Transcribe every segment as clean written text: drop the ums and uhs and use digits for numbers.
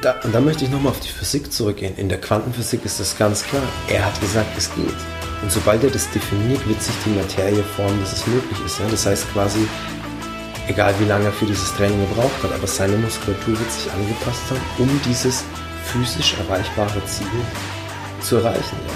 Und da möchte ich nochmal auf die Physik zurückgehen. In der Quantenphysik ist das ganz klar. Er hat gesagt, es geht. Und sobald er das definiert, wird sich die Materie formen, dass es möglich ist. Ja? Das heißt quasi, egal wie lange er für dieses Training gebraucht hat, aber seine Muskulatur wird sich angepasst haben, um dieses physisch erreichbare Ziel zu erreichen. Ja?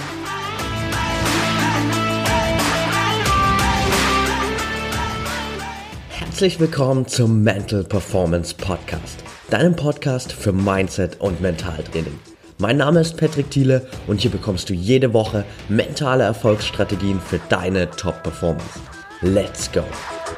Herzlich willkommen zum Mental Performance Podcast, deinem Podcast für Mindset und Mentaltraining. Mein Name ist Patrick Thiele und hier bekommst du jede Woche mentale Erfolgsstrategien für deine Top-Performance. Let's go!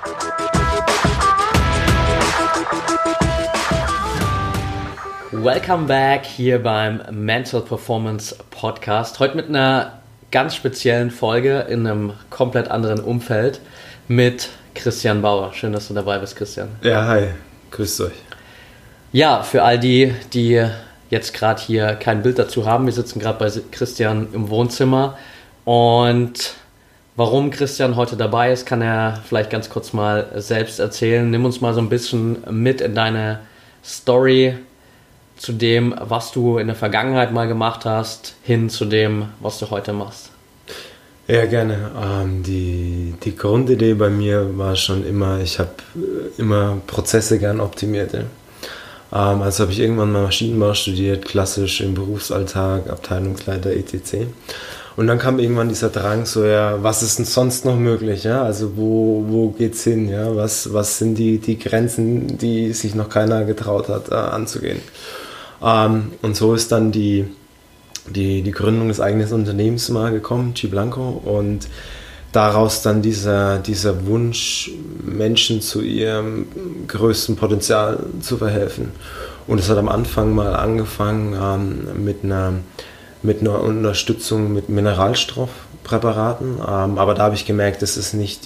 Welcome back hier beim Mental Performance Podcast. Heute mit einer ganz speziellen Folge in einem komplett anderen Umfeld mit Christian Bauer. Schön, dass du dabei bist, Christian. Ja, hi. Grüßt euch. Ja, für all die jetzt gerade hier kein Bild dazu haben, wir sitzen gerade bei Christian im Wohnzimmer und warum Christian heute dabei ist, kann er vielleicht ganz kurz mal selbst erzählen. Nimm uns mal so ein bisschen mit in deine Story zu dem, was du in der Vergangenheit mal gemacht hast, hin zu dem, was du heute machst. Ja, gerne. Die Grundidee bei mir war schon immer, ich habe immer Prozesse gern optimiert. Ja. Also habe ich irgendwann mal Maschinenbau studiert, klassisch im Berufsalltag, Abteilungsleiter etc. Und dann kam irgendwann dieser Drang, so ja, was ist denn sonst noch möglich? Ja? Also wo geht's hin? Ja? Was sind die Grenzen, die sich noch keiner getraut hat anzugehen? Und so ist dann die Gründung des eigenen Unternehmens mal gekommen, G-Blanco, und daraus dann dieser Wunsch, Menschen zu ihrem größten Potenzial zu verhelfen. Und es hat am Anfang mal angefangen mit einer Unterstützung mit Mineralstoffpräparaten, aber da habe ich gemerkt, das ist nicht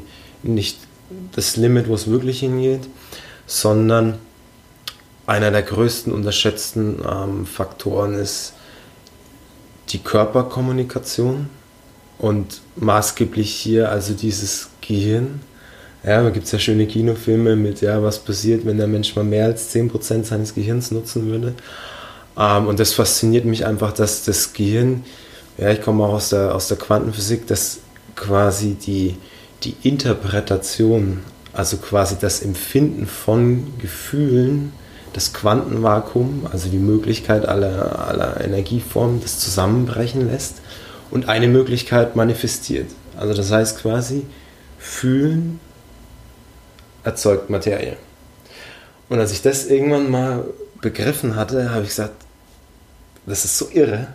das Limit, wo es wirklich hingeht, sondern einer der größten unterschätzten Faktoren ist die Körperkommunikation und maßgeblich hier also dieses Gehirn. Ja, da gibt es ja schöne Kinofilme mit, ja, was passiert, wenn der Mensch mal mehr als 10% seines Gehirns nutzen würde. Und das fasziniert mich einfach, dass das Gehirn, ja, ich komme auch aus der Quantenphysik, dass quasi die Interpretation, also quasi das Empfinden von Gefühlen, das Quantenvakuum, also die Möglichkeit aller Energieformen, das zusammenbrechen lässt und eine Möglichkeit manifestiert. Also das heißt quasi, Fühlen erzeugt Materie. Und als ich das irgendwann mal begriffen hatte, habe ich gesagt, das ist so irre,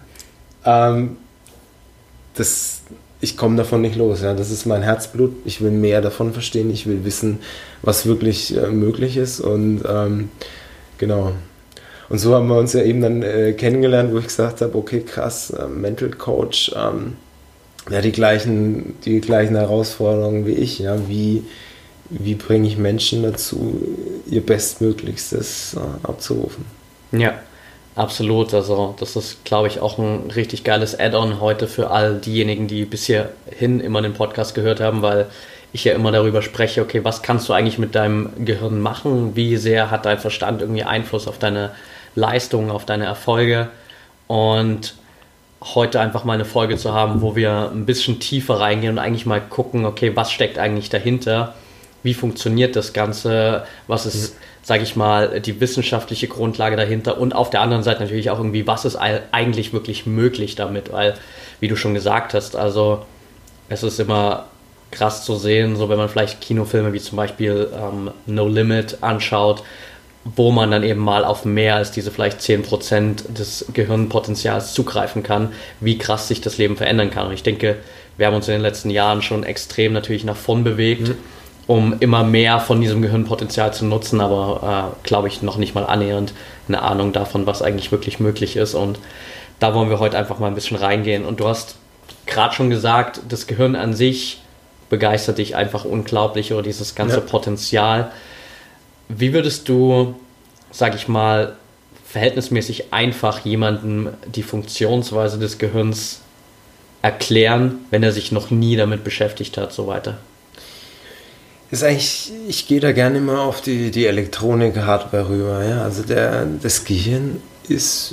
ich komme davon nicht los. Ja. Das ist mein Herzblut, ich will mehr davon verstehen, ich will wissen, was wirklich möglich ist und genau. Und so haben wir uns ja eben dann kennengelernt, wo ich gesagt habe, okay, krass, Mental Coach, ja, die gleichen Herausforderungen wie ich, ja, wie bringe ich Menschen dazu, ihr Bestmöglichstes abzurufen. Ja, absolut. Also das ist, glaube ich, auch ein richtig geiles Add-on heute für all diejenigen, die bis hierhin immer den Podcast gehört haben, weil ich ja immer darüber spreche, okay, was kannst du eigentlich mit deinem Gehirn machen? Wie sehr hat dein Verstand irgendwie Einfluss auf deine Leistungen, auf deine Erfolge? Und heute einfach mal eine Folge zu haben, wo wir ein bisschen tiefer reingehen und eigentlich mal gucken, okay, was steckt eigentlich dahinter? Wie funktioniert das Ganze? Was ist, sage ich mal, die wissenschaftliche Grundlage dahinter? Und auf der anderen Seite natürlich auch irgendwie, was ist eigentlich wirklich möglich damit? Weil, wie du schon gesagt hast, also es ist immer krass zu sehen, so wenn man vielleicht Kinofilme wie zum Beispiel No Limit anschaut, wo man dann eben mal auf mehr als diese vielleicht 10% des Gehirnpotenzials zugreifen kann, wie krass sich das Leben verändern kann. Und ich denke, wir haben uns in den letzten Jahren schon extrem natürlich nach vorn bewegt, um immer mehr von diesem Gehirnpotenzial zu nutzen, aber glaube ich noch nicht mal annähernd eine Ahnung davon, was eigentlich wirklich möglich ist. Und da wollen wir heute einfach mal ein bisschen reingehen. Und du hast gerade schon gesagt, das Gehirn an sich begeistert dich einfach unglaublich, oder dieses ganze Potenzial. Wie würdest du, sag ich mal, verhältnismäßig einfach jemandem die Funktionsweise des Gehirns erklären, wenn er sich noch nie damit beschäftigt hat, so weiter? Ist eigentlich, ich gehe da gerne immer auf die Elektronik-Hardware rüber. Ja? Also das Gehirn ist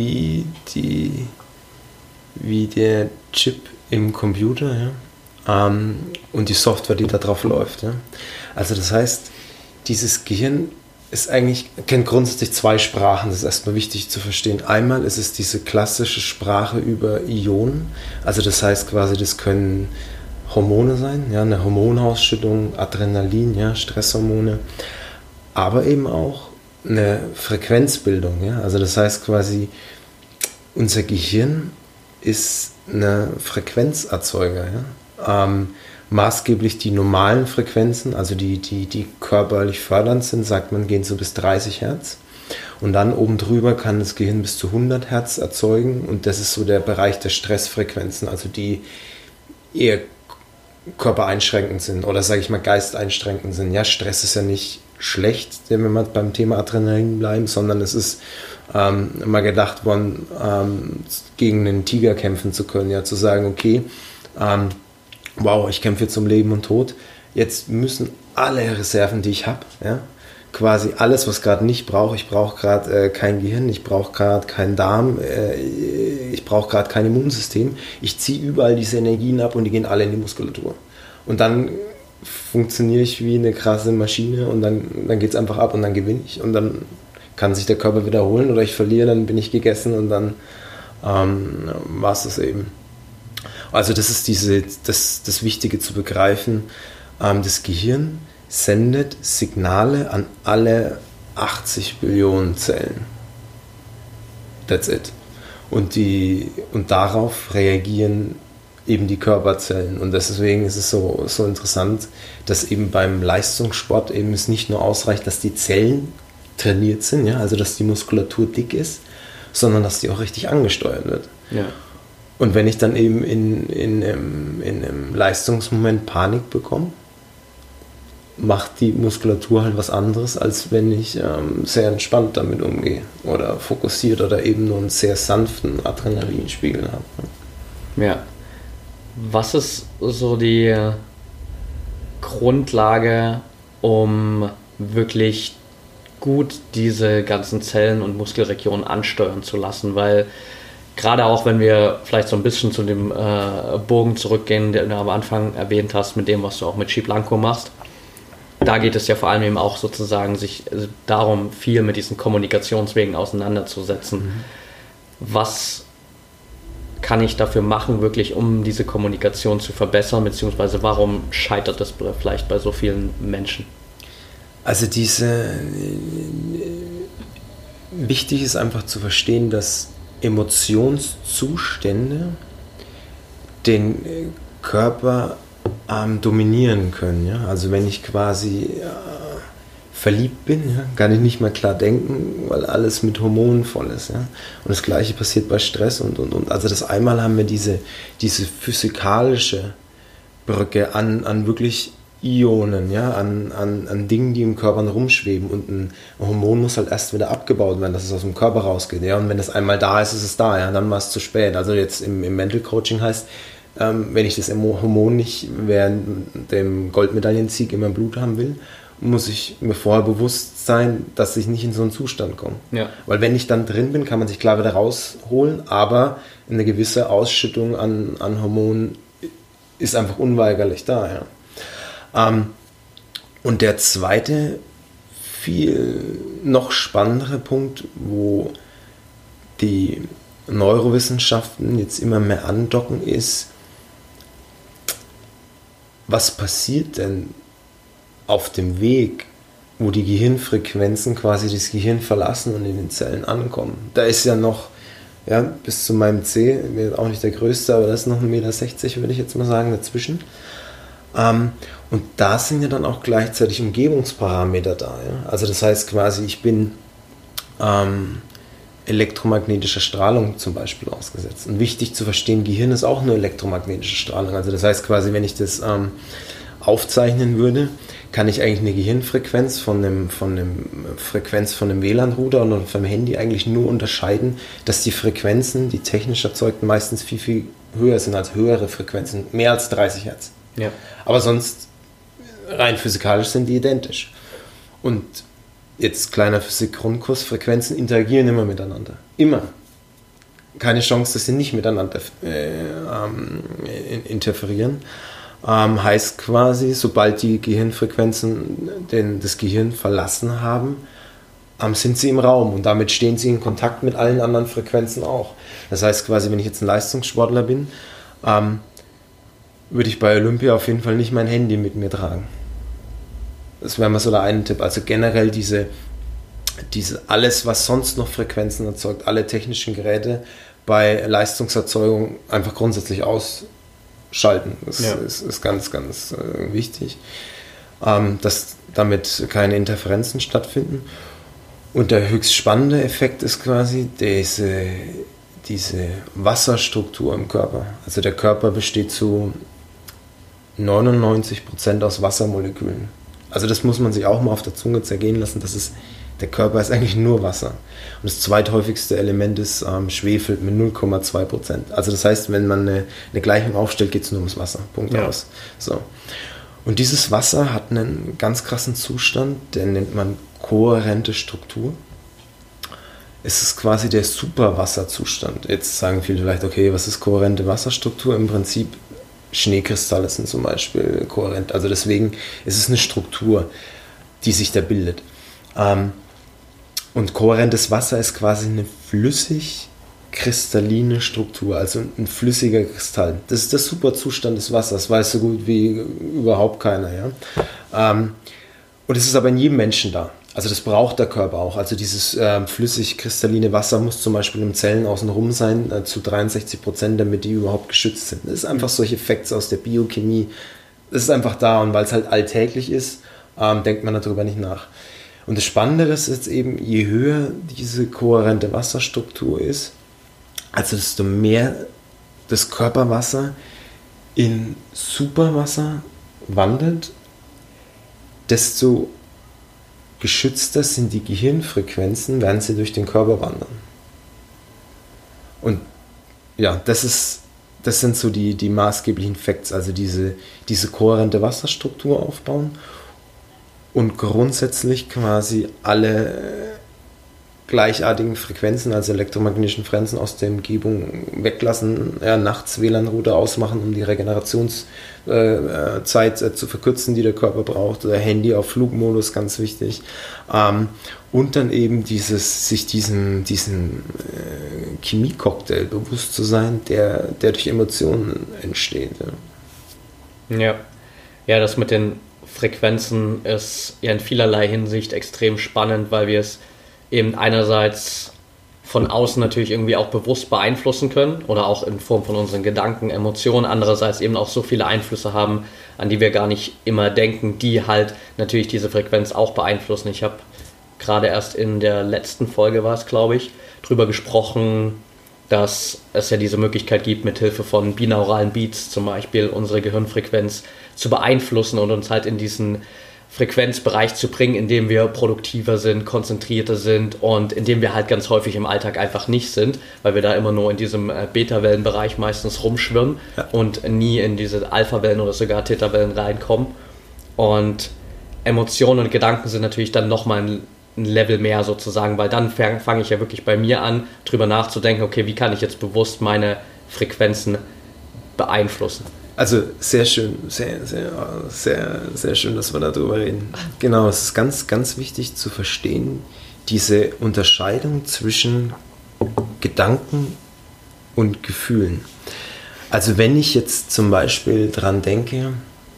wie der Chip im Computer, ja? Und die Software, die da drauf läuft. Ja? Also das heißt, dieses Gehirn kennt grundsätzlich zwei Sprachen, das ist erstmal wichtig zu verstehen. Einmal ist es diese klassische Sprache über Ionen, also das heißt quasi, das können Hormone sein, ja, eine Hormonausschüttung, Adrenalin, ja, Stresshormone, aber eben auch eine Frequenzbildung, ja, also das heißt quasi, unser Gehirn ist eine Frequenzerzeuger, ja. Maßgeblich die normalen Frequenzen, also die körperlich fördernd sind, sagt man, gehen so bis 30 Hertz. Und dann oben drüber kann das Gehirn bis zu 100 Hertz erzeugen. Und das ist so der Bereich der Stressfrequenzen, also die eher körpereinschränkend sind oder, sage ich mal, geisteinschränkend sind. Ja, Stress ist ja nicht schlecht, wenn wir beim Thema Adrenalin bleiben, sondern es ist mal gedacht worden, gegen einen Tiger kämpfen zu können. Ja, zu sagen, okay, wow, ich kämpfe jetzt um Leben und Tod. Jetzt müssen alle Reserven, die ich habe, ja, quasi alles, was gerade nicht brauche. Ich brauche gerade kein Gehirn, ich brauche gerade keinen Darm, ich brauche gerade kein Immunsystem. Ich ziehe überall diese Energien ab und die gehen alle in die Muskulatur. Und dann funktioniere ich wie eine krasse Maschine und dann geht es einfach ab und dann gewinne ich. Und dann kann sich der Körper wiederholen oder ich verliere, dann bin ich gegessen und dann war es das eben. Also das ist das Wichtige zu begreifen. Das Gehirn sendet Signale an alle 80 Billionen Zellen. That's it. Und darauf reagieren eben die Körperzellen. Und deswegen ist es so interessant, dass eben beim Leistungssport eben es nicht nur ausreicht, dass die Zellen trainiert sind, ja, also dass die Muskulatur dick ist, sondern dass die auch richtig angesteuert wird. Ja. Und wenn ich dann eben in einem Leistungsmoment Panik bekomme, macht die Muskulatur halt was anderes, als wenn ich sehr entspannt damit umgehe oder fokussiert oder eben nur einen sehr sanften Adrenalinspiegel habe. Ja. Was ist so die Grundlage, um wirklich gut diese ganzen Zellen und Muskelregionen ansteuern zu lassen? Weil gerade auch, wenn wir vielleicht so ein bisschen zu dem Bogen zurückgehen, den du am Anfang erwähnt hast, mit dem, was du auch mit Chi Blanco machst, da geht es ja vor allem eben auch sozusagen sich darum, viel mit diesen Kommunikationswegen auseinanderzusetzen. Mhm. Was kann ich dafür machen, wirklich, um diese Kommunikation zu verbessern, beziehungsweise warum scheitert das vielleicht bei so vielen Menschen? Also wichtig ist einfach zu verstehen, dass Emotionszustände den Körper dominieren können. Ja? Also wenn ich quasi verliebt bin, ja, kann ich nicht mehr klar denken, weil alles mit Hormonen voll ist. Ja? Und das Gleiche passiert bei Stress und. Also das einmal haben wir diese physikalische Brücke an wirklich Ionen, ja, an Dingen, die im Körper rumschweben, und ein Hormon muss halt erst wieder abgebaut werden, dass es aus dem Körper rausgeht, ja, und wenn es einmal da ist, ist es da, ja, dann war es zu spät. Also jetzt im Mental Coaching heißt, wenn ich das Hormon nicht während dem Goldmedaillensieg in meinem Blut haben will, muss ich mir vorher bewusst sein, dass ich nicht in so einen Zustand komme. Ja. Weil wenn ich dann drin bin, kann man sich klar wieder rausholen, aber eine gewisse Ausschüttung an Hormonen ist einfach unweigerlich da, ja. Und der zweite, viel noch spannendere Punkt, wo die Neurowissenschaften jetzt immer mehr andocken, ist, was passiert denn auf dem Weg, wo die Gehirnfrequenzen quasi das Gehirn verlassen und in den Zellen ankommen. Da ist ja noch, ja, bis zu meinem C, auch nicht der größte, aber das ist noch 1,60 Meter, würde ich jetzt mal sagen, dazwischen. Und da sind ja dann auch gleichzeitig Umgebungsparameter da. Ja? Also das heißt quasi, ich bin elektromagnetischer Strahlung zum Beispiel ausgesetzt. Und wichtig zu verstehen, Gehirn ist auch nur elektromagnetische Strahlung. Also das heißt quasi, wenn ich das aufzeichnen würde, kann ich eigentlich eine Gehirnfrequenz von einem WLAN-Router und vom Handy eigentlich nur unterscheiden, dass die Frequenzen, die technisch erzeugten, meistens viel, viel höher sind als höhere Frequenzen, mehr als 30 Hertz. Ja. Aber sonst rein physikalisch sind die identisch. Und jetzt kleiner Physik-Grundkurs, Frequenzen interagieren immer miteinander. Immer. Keine Chance, dass sie nicht miteinander interferieren. Heißt quasi, sobald die Gehirnfrequenzen das Gehirn verlassen haben, sind sie im Raum und damit stehen sie in Kontakt mit allen anderen Frequenzen auch. Das heißt quasi, wenn ich jetzt ein Leistungssportler bin, würde ich bei Olympia auf jeden Fall nicht mein Handy mit mir tragen. Das wäre mal so der eine Tipp. Also generell diese alles, was sonst noch Frequenzen erzeugt, alle technischen Geräte bei Leistungserzeugung einfach grundsätzlich ausschalten. Das ist ganz, ganz wichtig, dass damit keine Interferenzen stattfinden. Und der höchst spannende Effekt ist quasi diese Wasserstruktur im Körper. Also der Körper besteht zu 99% aus Wassermolekülen. Also das muss man sich auch mal auf der Zunge zergehen lassen. Der Körper ist eigentlich nur Wasser. Und das zweithäufigste Element ist Schwefel mit 0,2%. Also das heißt, wenn man eine Gleichung aufstellt, geht es nur ums Wasser. Punkt aus. So. Und dieses Wasser hat einen ganz krassen Zustand, den nennt man kohärente Struktur. Es ist quasi der Superwasserzustand. Jetzt sagen viele vielleicht, okay, was ist kohärente Wasserstruktur? Im Prinzip Schneekristalle sind zum Beispiel kohärent. Also deswegen ist es eine Struktur, die sich da bildet. Und kohärentes Wasser ist quasi eine flüssig-kristalline Struktur, also ein flüssiger Kristall. Das ist der Superzustand des Wassers, weiß so gut wie überhaupt keiner. Ja? Und es ist aber in jedem Menschen da. Also das braucht der Körper auch. Also dieses flüssig-kristalline Wasser muss zum Beispiel in Zellen außenrum sein, zu 63%, damit die überhaupt geschützt sind. Das ist einfach solche Facts aus der Biochemie. Das ist einfach da und weil es halt alltäglich ist, denkt man darüber nicht nach. Und das Spannende ist jetzt eben, je höher diese kohärente Wasserstruktur ist, also desto mehr das Körperwasser in Superwasser wandelt, desto geschützter sind die Gehirnfrequenzen, während sie durch den Körper wandern. Und ja, das sind so die maßgeblichen Facts, also diese kohärente Wasserstruktur aufbauen und grundsätzlich quasi alle gleichartigen Frequenzen, also elektromagnetischen Frequenzen aus der Umgebung weglassen, nachts WLAN-Router ausmachen, um die Regenerationszeit zu verkürzen, die der Körper braucht, oder Handy auf Flugmodus, ganz wichtig. Und dann eben sich diesen Chemie-Cocktail bewusst zu sein, der durch Emotionen entsteht. Ja, das mit den Frequenzen ist ja in vielerlei Hinsicht extrem spannend, weil wir es eben einerseits von außen natürlich irgendwie auch bewusst beeinflussen können oder auch in Form von unseren Gedanken, Emotionen, andererseits eben auch so viele Einflüsse haben, an die wir gar nicht immer denken, die halt natürlich diese Frequenz auch beeinflussen. Ich habe gerade erst in der letzten Folge, war es glaube ich, drüber gesprochen, dass es ja diese Möglichkeit gibt, mithilfe von binauralen Beats zum Beispiel unsere Gehirnfrequenz zu beeinflussen und uns halt in diesen Frequenzbereich zu bringen, in dem wir produktiver sind, konzentrierter sind und in dem wir halt ganz häufig im Alltag einfach nicht sind, weil wir da immer nur in diesem Beta-Wellenbereich meistens rumschwirren und nie in diese Alpha-Wellen oder sogar Theta-Wellen reinkommen. Und Emotionen und Gedanken sind natürlich dann nochmal ein Level mehr sozusagen, weil dann fange ich ja wirklich bei mir an, drüber nachzudenken, okay, wie kann ich jetzt bewusst meine Frequenzen beeinflussen? Also sehr schön, sehr schön, dass wir darüber reden. Genau, es ist ganz, ganz wichtig zu verstehen, diese Unterscheidung zwischen Gedanken und Gefühlen. Also wenn ich jetzt zum Beispiel dran denke,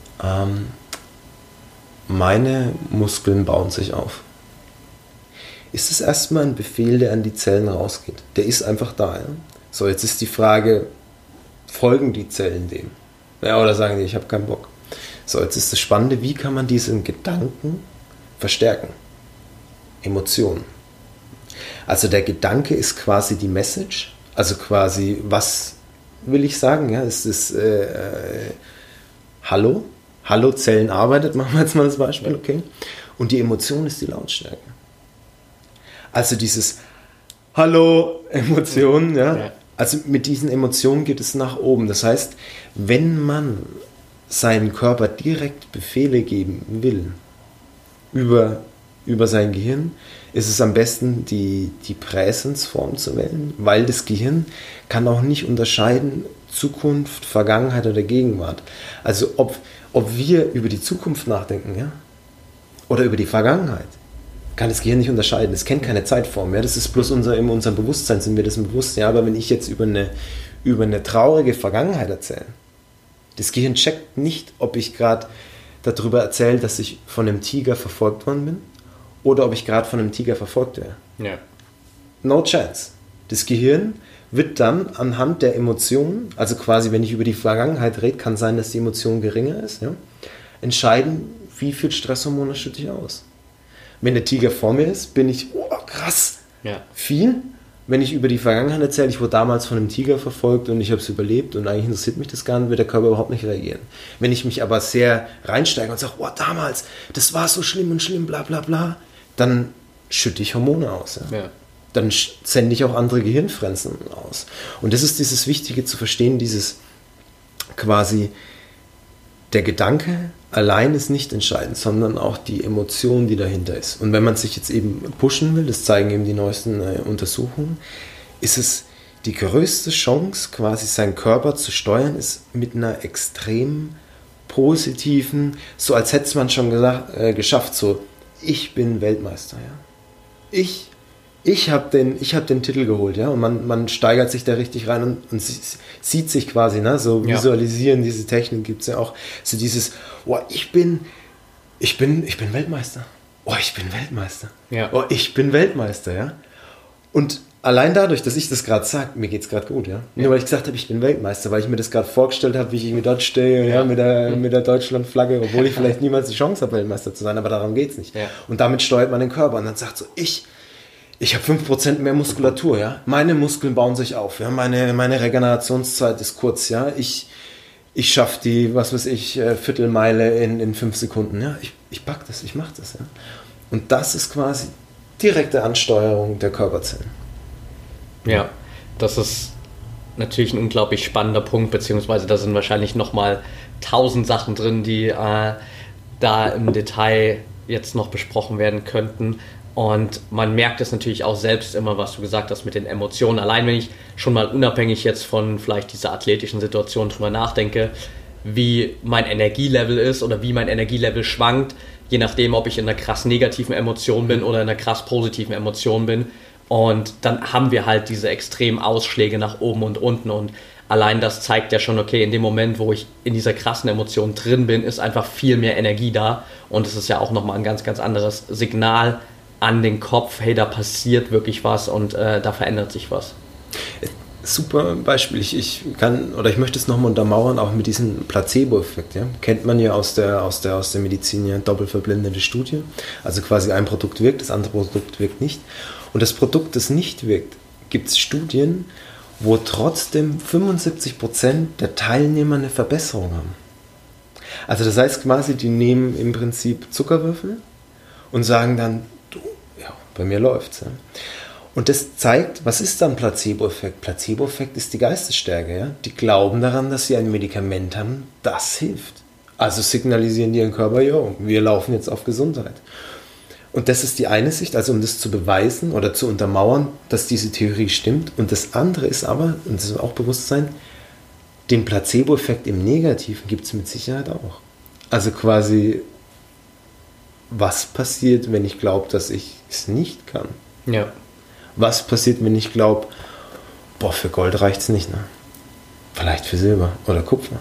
meine Muskeln bauen sich auf, ist es erstmal ein Befehl, der an die Zellen rausgeht. Der ist einfach da. Ja? So, jetzt ist die Frage, folgen die Zellen dem? Ja, oder sagen die, ich habe keinen Bock. So, jetzt ist das Spannende, wie kann man diesen Gedanken verstärken? Emotionen. Also der Gedanke ist quasi die Message, also quasi, was will ich sagen? Ja, es ist Hallo, Zellen arbeitet, machen wir jetzt mal das Beispiel, okay? Und die Emotion ist die Lautstärke. Also dieses Hallo, Emotionen, ja. Also mit diesen Emotionen geht es nach oben. Das heißt, wenn man seinem Körper direkt Befehle geben will, über über sein Gehirn, ist es am besten, die Präsensform zu wählen, weil das Gehirn kann auch nicht unterscheiden Zukunft, Vergangenheit oder Gegenwart. Also ob wir über die Zukunft nachdenken, ja, oder über die Vergangenheit, kann das Gehirn nicht unterscheiden. Es kennt keine Zeitform. Ja? Das ist bloß in unserem Bewusstsein, sind wir das bewusst. Ja? Aber wenn ich jetzt über eine traurige Vergangenheit erzähle, das Gehirn checkt nicht, ob ich gerade darüber erzähle, dass ich von einem Tiger verfolgt worden bin oder ob ich gerade von einem Tiger verfolgt werde. Ja. No chance. Das Gehirn wird dann anhand der Emotionen, also quasi wenn ich über die Vergangenheit rede, kann sein, dass die Emotion geringer ist, ja? Entscheiden, wie viel Stresshormone schütte ich aus. Wenn der Tiger vor mir ist, bin ich, oh krass, viel. Wenn ich über die Vergangenheit erzähle, ich wurde damals von einem Tiger verfolgt und ich habe es überlebt und eigentlich interessiert mich das gar nicht, wird der Körper überhaupt nicht reagieren. Wenn ich mich aber sehr reinsteige und sage, oh damals, das war so schlimm und schlimm, bla bla bla, dann schütte ich Hormone aus. Ja. Ja. Dann sende ich auch andere Gehirnfrenzen aus. Und das ist dieses Wichtige zu verstehen, dieses quasi der Gedanke allein ist nicht entscheidend, sondern auch die Emotion, die dahinter ist. Und wenn man sich jetzt eben pushen will, das zeigen eben die neuesten Untersuchungen, ist es die größte Chance, quasi seinen Körper zu steuern, ist mit einer extrem positiven, so als hätte es man schon geschafft, so, ich bin Weltmeister, ja. Ich habe den Titel geholt, ja, und man steigert sich da richtig rein und sieht sich quasi, ne, so visualisieren, diese Technik gibt es ja auch, so dieses, oh, ich bin Weltmeister, oh, ich bin Weltmeister, oh, ich bin Weltmeister, ja, und allein dadurch, dass ich das gerade sage, mir geht es gerade gut, ja, nur weil ich gesagt habe, ich bin Weltmeister, weil ich mir das gerade vorgestellt habe, wie ich dort stehe, ja, mit der Deutschlandflagge, obwohl ich vielleicht niemals die Chance habe, Weltmeister zu sein, aber darum geht es nicht, und damit steuert man den Körper und dann sagt so, ich habe 5% mehr Muskulatur, ja. Meine Muskeln bauen sich auf, ja. Meine Regenerationszeit ist kurz, ja. Ich schaffe die, was weiß ich, Viertelmeile in 5 Sekunden, ja. Ich pack das, ich mache das, ja. Und das ist quasi direkte Ansteuerung der Körperzellen. Ja, das ist natürlich ein unglaublich spannender Punkt, beziehungsweise da sind wahrscheinlich nochmal 1000 Sachen drin, die da im Detail jetzt noch besprochen werden könnten. Und man merkt es natürlich auch selbst immer, was du gesagt hast mit den Emotionen. Allein wenn ich schon mal unabhängig jetzt von vielleicht dieser athletischen Situation drüber nachdenke, wie mein Energielevel ist oder wie mein Energielevel schwankt, je nachdem, ob ich in einer krass negativen Emotion bin oder in einer krass positiven Emotion bin. Und dann haben wir halt diese extremen Ausschläge nach oben und unten. Und allein das zeigt ja schon, okay, in dem Moment, wo ich in dieser krassen Emotion drin bin, ist einfach viel mehr Energie da. Und es ist ja auch nochmal ein ganz, ganz anderes Signal an den Kopf, hey, da passiert wirklich was und da verändert sich was. Super Beispiel. Ich möchte es nochmal untermauern, auch mit diesem Placebo-Effekt. Ja? Kennt man ja aus der Medizin ja, doppelverblendete Studie. Also quasi ein Produkt wirkt, das andere Produkt wirkt nicht. Und das Produkt, das nicht wirkt, gibt es Studien, wo trotzdem 75% der Teilnehmer eine Verbesserung haben. Also das heißt quasi, die nehmen im Prinzip Zuckerwürfel und sagen dann, bei mir läuft's. Ja. Und das zeigt, was ist dann Placebo-Effekt? Placebo-Effekt ist die Geistesstärke. Ja? Die glauben daran, dass sie ein Medikament haben, das hilft. Also signalisieren die ihren Körper, jo, wir laufen jetzt auf Gesundheit. Und das ist die eine Sicht, also um das zu beweisen oder zu untermauern, dass diese Theorie stimmt. Und das andere ist aber, und das ist auch Bewusstsein, den Placebo-Effekt im Negativen gibt es mit Sicherheit auch. Also quasi, was passiert, wenn ich glaube, dass ich es nicht kann? Ja. Was passiert, wenn ich glaube, boah, für Gold reicht es nicht, ne? Vielleicht für Silber oder Kupfer.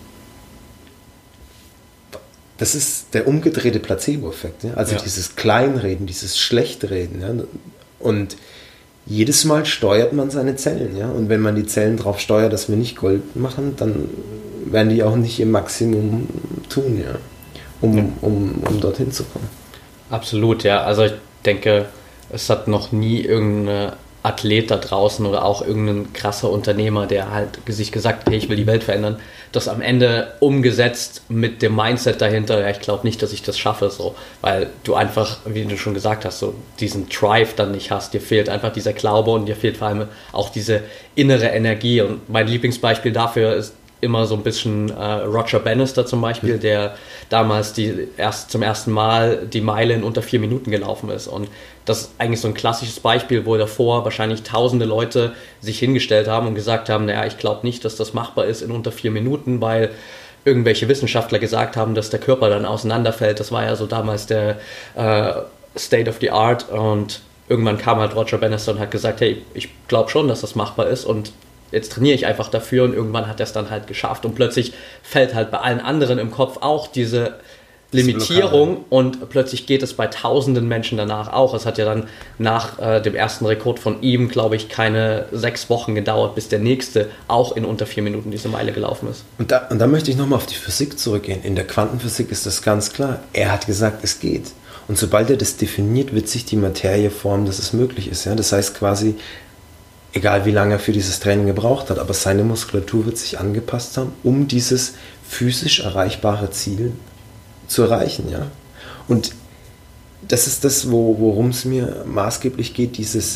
Das ist der umgedrehte Placebo-Effekt. Ja? Also dieses Kleinreden, dieses Schlechtreden. Ja? Und jedes Mal steuert man seine Zellen. Ja? Und wenn man die Zellen darauf steuert, dass wir nicht Gold machen, dann werden die auch nicht ihr Maximum tun, ja? um dorthin zu kommen. Absolut, ja. Also ich denke, es hat noch nie irgendein Athlet da draußen oder auch irgendein krasser Unternehmer, der halt sich gesagt hat, hey, ich will die Welt verändern, das am Ende umgesetzt mit dem Mindset dahinter, ja, ich glaube nicht, dass ich das schaffe, so, weil du einfach, wie du schon gesagt hast, so diesen Drive dann nicht hast, dir fehlt einfach dieser Glaube und dir fehlt vor allem auch diese innere Energie. Und mein Lieblingsbeispiel dafür ist immer so ein bisschen Roger Bannister zum Beispiel, der damals zum ersten Mal die Meile in unter 4 Minuten gelaufen ist. Und das ist eigentlich so ein klassisches Beispiel, wo davor wahrscheinlich tausende Leute sich hingestellt haben und gesagt haben, naja, ich glaube nicht, dass das machbar ist in unter 4 Minuten, weil irgendwelche Wissenschaftler gesagt haben, dass der Körper dann auseinanderfällt. Das war ja so damals der State of the Art, und irgendwann kam halt Roger Bannister und hat gesagt, hey, ich glaube schon, dass das machbar ist, und jetzt trainiere ich einfach dafür, und irgendwann hat er es dann halt geschafft, und plötzlich fällt halt bei allen anderen im Kopf auch diese Limitierung, und plötzlich geht es bei tausenden Menschen danach auch. Es hat ja dann nach dem ersten Rekord von ihm, glaube ich, keine 6 Wochen gedauert, bis der nächste auch in unter 4 Minuten diese Meile gelaufen ist. Und da möchte ich nochmal auf die Physik zurückgehen. In der Quantenphysik ist das ganz klar. Er hat gesagt, es geht. Und sobald er das definiert, wird sich die Materie formen, dass es möglich ist. Ja? Das heißt quasi, egal wie lange er für dieses Training gebraucht hat, aber seine Muskulatur wird sich angepasst haben, um dieses physisch erreichbare Ziel zu erreichen. Ja? Und das ist das, worum es mir maßgeblich geht, dieses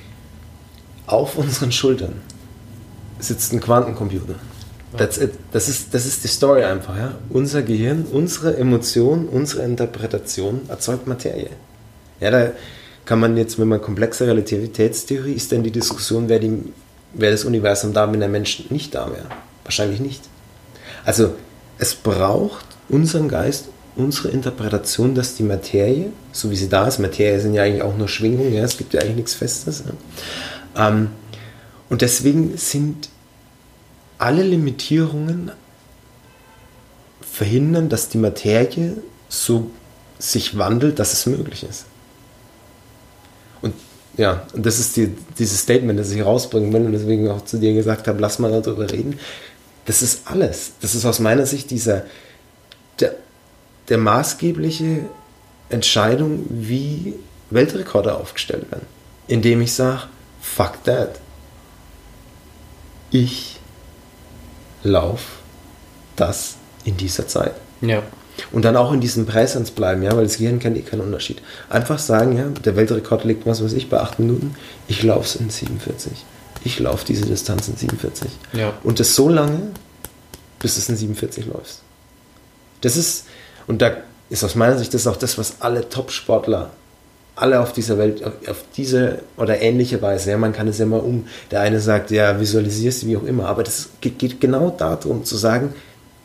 auf unseren Schultern sitzt ein Quantencomputer. That's it. Das ist die Story einfach. Ja? Unser Gehirn, unsere Emotion, unsere Interpretation erzeugt Materie. Ja, da kann man jetzt, wenn man komplexe Relativitätstheorie ist, dann die Diskussion, wäre das Universum da, wenn der Mensch nicht da wäre? Wahrscheinlich nicht. Also es braucht unseren Geist, unsere Interpretation, dass die Materie, so wie sie da ist, Materie sind ja eigentlich auch nur Schwingungen, ja? Es gibt ja eigentlich nichts Festes. Ja? Und deswegen sind alle Limitierungen verhindern, dass die Materie so sich wandelt, dass es möglich ist. Und ja, und das ist dieses Statement, das ich rausbringen will und deswegen auch zu dir gesagt habe, lass mal darüber reden. Das ist alles. Das ist aus meiner Sicht der maßgebliche Entscheidung, wie Weltrekorde aufgestellt werden. Indem ich sage, fuck that. Ich lauf das in dieser Zeit. Ja. Und dann auch in diesem Präsenz bleiben, ja, weil das Gehirn kennt keinen Unterschied. Einfach sagen, ja, der Weltrekord liegt, was weiß ich, bei 8 Minuten, ich laufe es in 47. Ich laufe diese Distanz in 47. Ja. Und das so lange, bis es in 47 läufst. Das ist, und da ist aus meiner Sicht das auch das, was alle Top-Sportler alle auf dieser Welt, auf diese oder ähnliche Weise, ja, man kann es ja mal der eine sagt, ja, visualisierst du wie auch immer, aber das geht genau darum zu sagen,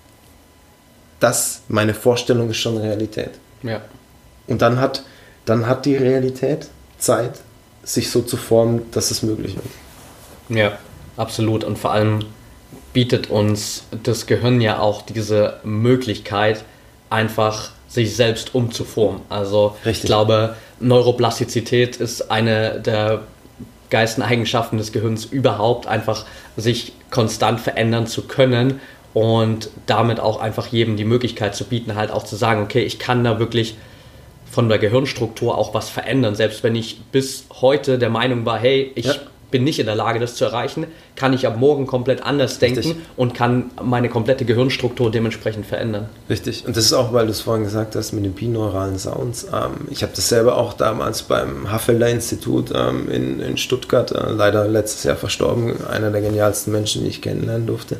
dass meine Vorstellung ist schon Realität. Ja. Und dann hat die Realität Zeit, sich so zu formen, dass es möglich wird. Ja, absolut. Und vor allem bietet uns das Gehirn ja auch diese Möglichkeit, einfach sich selbst umzuformen. Also Richtig. Ich glaube, Neuroplastizität ist eine der geilsten Eigenschaften des Gehirns überhaupt, einfach sich konstant verändern zu können und damit auch einfach jedem die Möglichkeit zu bieten, halt auch zu sagen, okay, ich kann da wirklich von der Gehirnstruktur auch was verändern. Selbst wenn ich bis heute der Meinung war, hey, ich bin nicht in der Lage, das zu erreichen, kann ich ab morgen komplett anders denken und kann meine komplette Gehirnstruktur dementsprechend verändern. Richtig. Und das ist auch, weil du es vorhin gesagt hast, mit den binauralen Sounds. Ich habe das selber auch damals beim Haffelder-Institut in Stuttgart, leider letztes Jahr verstorben, einer der genialsten Menschen, die ich kennenlernen durfte.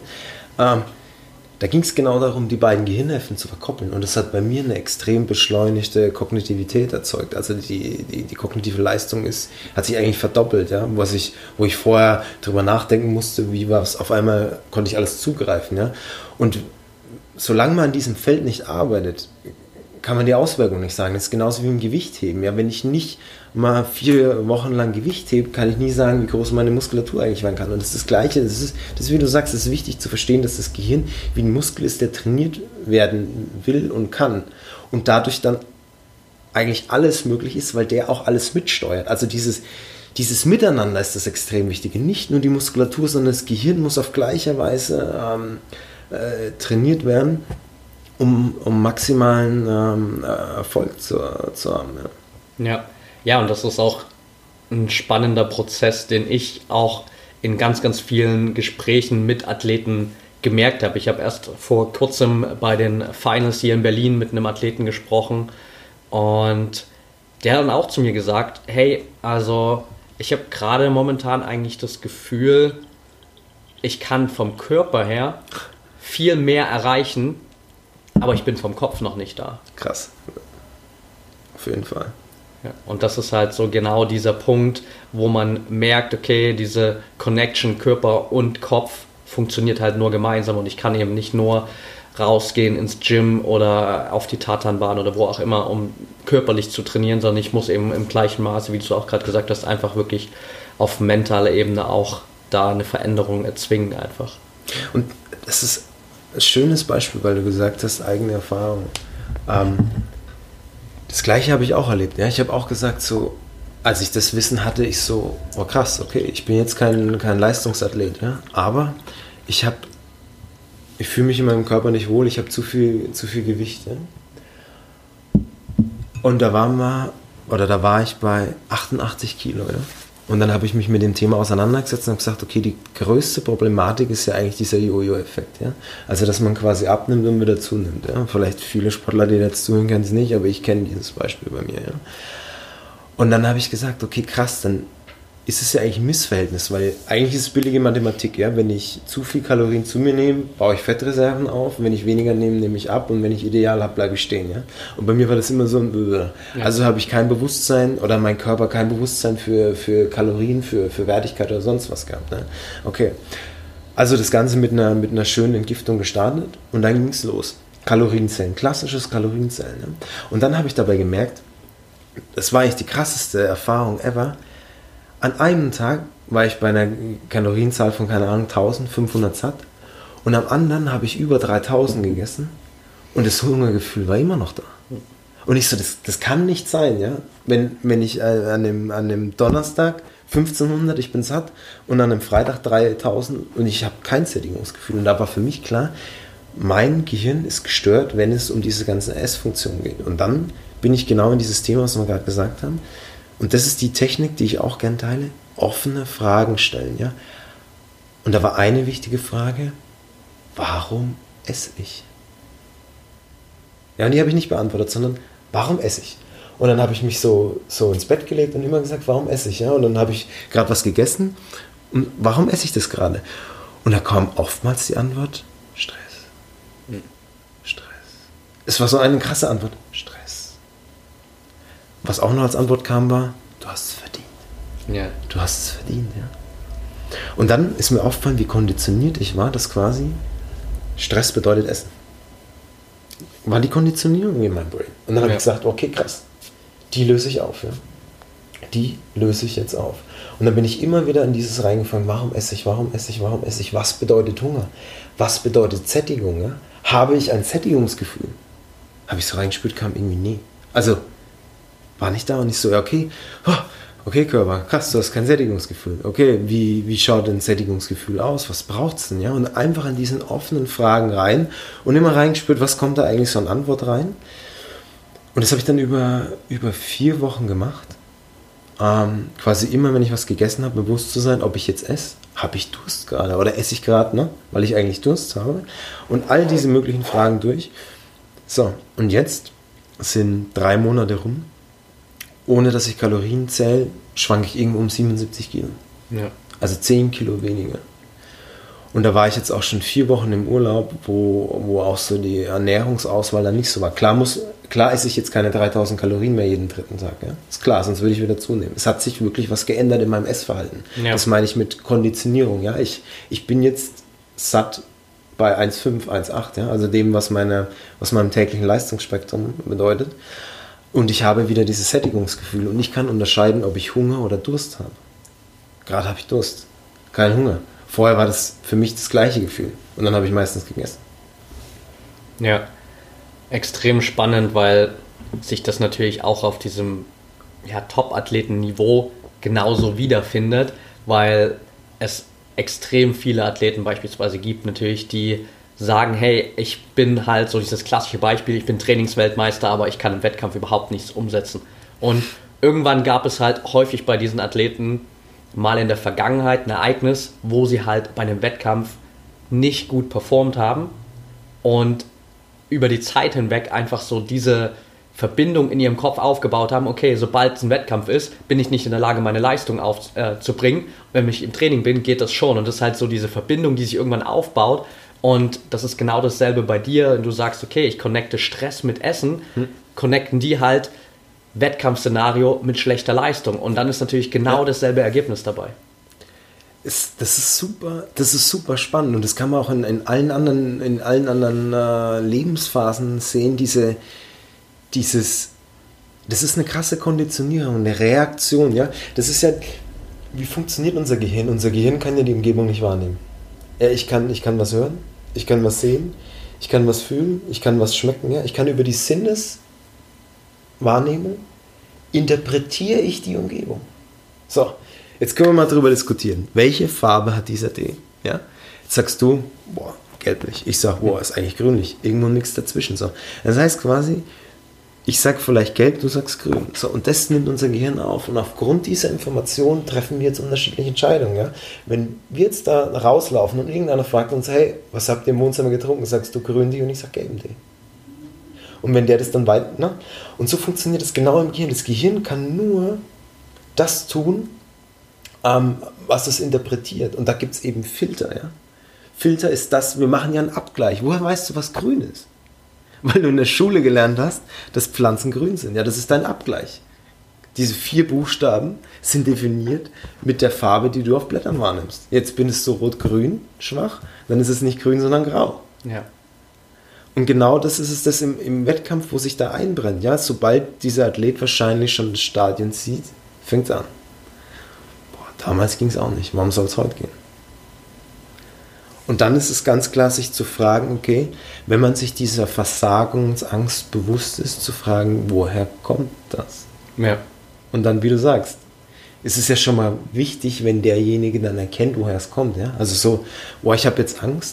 Da ging es genau darum, die beiden Gehirnhälften zu verkoppeln. Und das hat bei mir eine extrem beschleunigte Kognitivität erzeugt. Also die kognitive Leistung hat sich eigentlich verdoppelt. Ja? Wo ich vorher drüber nachdenken musste, wie war es, auf einmal konnte ich alles zugreifen. Ja? Und solange man an diesem Feld nicht arbeitet, kann man die Auswirkungen nicht sagen. Das ist genauso wie im Gewichtheben. Ja? Wenn ich nicht mal 4 Wochen lang Gewicht hebe, kann ich nie sagen, wie groß meine Muskulatur eigentlich werden kann. Und das ist das Gleiche. Das ist, wie du sagst, es ist wichtig zu verstehen, dass das Gehirn wie ein Muskel ist, der trainiert werden will und kann. Und dadurch dann eigentlich alles möglich ist, weil der auch alles mitsteuert. Also dieses Miteinander ist das extrem Wichtige. Nicht nur die Muskulatur, sondern das Gehirn muss auf gleicher Weise trainiert werden, um maximalen Erfolg zu haben. Ja, und das ist auch ein spannender Prozess, den ich auch in ganz, ganz vielen Gesprächen mit Athleten gemerkt habe. Ich habe erst vor kurzem bei den Finals hier in Berlin mit einem Athleten gesprochen und der hat dann auch zu mir gesagt, hey, also ich habe gerade momentan eigentlich das Gefühl, ich kann vom Körper her viel mehr erreichen, aber ich bin vom Kopf noch nicht da. Krass. Auf jeden Fall. Ja, und das ist halt so genau dieser Punkt, wo man merkt, okay, diese Connection Körper und Kopf funktioniert halt nur gemeinsam und ich kann eben nicht nur rausgehen ins Gym oder auf die Tatanbahn oder wo auch immer, um körperlich zu trainieren, sondern ich muss eben im gleichen Maße, wie du auch gerade gesagt hast, einfach wirklich auf mentaler Ebene auch da eine Veränderung erzwingen einfach. Und das ist ein schönes Beispiel, weil du gesagt hast, eigene Erfahrung. Das Gleiche habe ich auch erlebt. Ja? Ich habe auch gesagt, so, als ich das Wissen hatte, ich so, oh krass, okay, ich bin jetzt kein Leistungsathlet, ja? Aber ich fühle mich in meinem Körper nicht wohl, ich habe zu viel Gewicht. Ja? Und da war ich bei 88 Kilo. Ja? Und dann habe ich mich mit dem Thema auseinandergesetzt und habe gesagt, okay, die größte Problematik ist ja eigentlich dieser Jojo-Effekt. Ja? Also, dass man quasi abnimmt und wieder zunimmt. Ja? Vielleicht viele Sportler, die jetzt zuhören, kennen es nicht, aber ich kenne dieses Beispiel bei mir. Ja? Und dann habe ich gesagt, okay, krass, dann ist es ja eigentlich ein Missverhältnis, weil eigentlich ist es billige Mathematik. Ja? Wenn ich zu viel Kalorien zu mir nehme, baue ich Fettreserven auf. Wenn ich weniger nehme, nehme ich ab. Und wenn ich ideal habe, bleibe ich stehen. Ja? Und bei mir war das immer so ein ja. Also habe ich kein Bewusstsein oder mein Körper kein Bewusstsein für Kalorien, für Wertigkeit oder sonst was gehabt. Ne? Okay, also das Ganze mit einer schönen Entgiftung gestartet und dann ging es los. Kalorienzellen, klassisches Kalorienzellen. Ne? Und dann habe ich dabei gemerkt, das war eigentlich die krasseste Erfahrung ever. An einem Tag war ich bei einer Kalorienzahl von, keine Ahnung, 1500 satt und am anderen habe ich über 3000 gegessen und das Hungergefühl war immer noch da. Und ich so, das kann nicht sein, ja? Wenn ich an dem Donnerstag 1500, ich bin satt und an einem Freitag 3000 und ich habe kein Sättigungsgefühl. Und da war für mich klar, mein Gehirn ist gestört, wenn es um diese ganzen Essfunktionen geht. Und dann bin ich genau in dieses Thema, was wir gerade gesagt haben. Und das ist die Technik, die ich auch gern teile. Offene Fragen stellen, ja. Und da war eine wichtige Frage: Warum esse ich? Ja, und die habe ich nicht beantwortet, sondern warum esse ich? Und dann habe ich mich so ins Bett gelegt und immer gesagt, warum esse ich? Ja? Und dann habe ich gerade was gegessen und warum esse ich das gerade? Und da kam oftmals die Antwort: Stress. Stress. Es war so eine krasse Antwort: Stress. Was auch noch als Antwort kam, war: Du hast es verdient. Ja. Du hast es verdient, ja. Und dann ist mir aufgefallen, wie konditioniert ich war, dass quasi Stress bedeutet Essen. War die Konditionierung in meinem Brain. Und dann habe ich gesagt, okay, krass, die löse ich auf. Ja. Die löse ich jetzt auf. Und dann bin ich immer wieder in dieses reingefallen: Warum esse ich, warum esse ich, warum esse ich? Was bedeutet Hunger? Was bedeutet Sättigung? Ja? Habe ich ein Sättigungsgefühl? Habe ich so reingespürt, kam irgendwie nie. Also war nicht da und ich so, ja, okay, okay Körper, krass, du hast kein Sättigungsgefühl. Okay, wie schaut denn Sättigungsgefühl aus? Was braucht es denn? Ja? Und einfach in diesen offenen Fragen rein und immer reingespürt, was kommt da eigentlich so an Antwort rein? Und das habe ich dann über 4 Wochen gemacht. Quasi immer, wenn ich was gegessen habe, bewusst zu sein, ob ich jetzt esse, habe ich Durst gerade oder esse ich gerade, ne? Weil ich eigentlich Durst habe. Und all diese möglichen Fragen durch. So, und jetzt sind 3 Monate rum. Ohne dass ich Kalorien zähle, schwanke ich irgendwo um 77 Kilo. Ja. Also 10 Kilo weniger. Und da war ich jetzt auch schon 4 Wochen im Urlaub, wo auch so die Ernährungsauswahl dann nicht so war. Klar esse ich jetzt keine 3000 Kalorien mehr jeden 3. Tag. Ja? Ist klar, sonst würde ich wieder zunehmen. Es hat sich wirklich was geändert in meinem Essverhalten. Ja. Das meine ich mit Konditionierung. Ja? Ich bin jetzt satt bei 1,5, 1,8. Ja? Also dem, was meinem täglichen Leistungsspektrum bedeutet. Und ich habe wieder dieses Sättigungsgefühl und ich kann unterscheiden, ob ich Hunger oder Durst habe. Gerade habe ich Durst, kein Hunger. Vorher war das für mich das gleiche Gefühl und dann habe ich meistens gegessen. Ja, extrem spannend, weil sich das natürlich auch auf diesem Top-Athleten-Niveau genauso wiederfindet, weil es extrem viele Athleten beispielsweise gibt natürlich, die sagen, hey, ich bin halt so dieses klassische Beispiel, ich bin Trainingsweltmeister, aber ich kann im Wettkampf überhaupt nichts umsetzen. Und irgendwann gab es halt häufig bei diesen Athleten mal in der Vergangenheit ein Ereignis, wo sie halt bei einem Wettkampf nicht gut performt haben und über die Zeit hinweg einfach so diese Verbindung in ihrem Kopf aufgebaut haben, okay, sobald es ein Wettkampf ist, bin ich nicht in der Lage, meine Leistung zu bringen. Wenn ich im Training bin, geht das schon. Und das ist halt so diese Verbindung, die sich irgendwann aufbaut, Und das ist genau dasselbe bei dir. Du sagst, okay, ich connecte Stress mit Essen, connecten die halt Wettkampfszenario mit schlechter Leistung. Und dann ist natürlich genau dasselbe Ergebnis dabei. Das ist super spannend und das kann man auch in allen anderen Lebensphasen sehen. Das ist eine krasse Konditionierung, eine Reaktion. Ja? Das ist ja, wie funktioniert unser Gehirn? Unser Gehirn kann ja die Umgebung nicht wahrnehmen. Ja, ich kann was hören, ich kann was sehen, ich kann was fühlen, ich kann was schmecken. Ja? Ich kann über die Sinneswahrnehmung interpretiere ich die Umgebung. So. Jetzt können wir mal drüber diskutieren. Welche Farbe hat dieser Tee? Ja? Jetzt sagst du, boah, gelblich. Ich sag, boah, ist eigentlich grünlich. Irgendwo nichts dazwischen. So. Das heißt quasi, ich sag vielleicht gelb, du sagst grün. So, und das nimmt unser Gehirn auf. Und aufgrund dieser Information treffen wir jetzt unterschiedliche Entscheidungen. Ja? Wenn wir jetzt da rauslaufen und irgendeiner fragt uns, hey, was habt ihr im Wohnzimmer getrunken? Sagst du grünen Tee und ich sag gelben Tee. Und wenn der das dann weiter... Ne? Und so funktioniert das genau im Gehirn. Das Gehirn kann nur das tun, was es interpretiert. Und da gibt es eben Filter. Ja? Filter ist das, wir machen ja einen Abgleich. Woher weißt du, was grün ist? Weil du in der Schule gelernt hast, dass Pflanzen grün sind. Ja, das ist dein Abgleich. Diese 4 Buchstaben sind definiert mit der Farbe, die du auf Blättern wahrnimmst. Jetzt bist du rot-grün schwach, dann ist es nicht grün, sondern grau. Ja. Und genau das ist es das im Wettkampf, wo sich da einbrennt. Ja? Sobald dieser Athlet wahrscheinlich schon das Stadion sieht, fängt es an. Damals ging es auch nicht. Warum soll es heute gehen? Und dann ist es ganz klar, sich zu fragen, okay, wenn man sich dieser Versagungsangst bewusst ist, zu fragen, woher kommt das? Ja. Und dann, wie du sagst, ist es ja schon mal wichtig, wenn derjenige dann erkennt, woher es kommt. Ja? Also so, boah, ich habe jetzt Angst.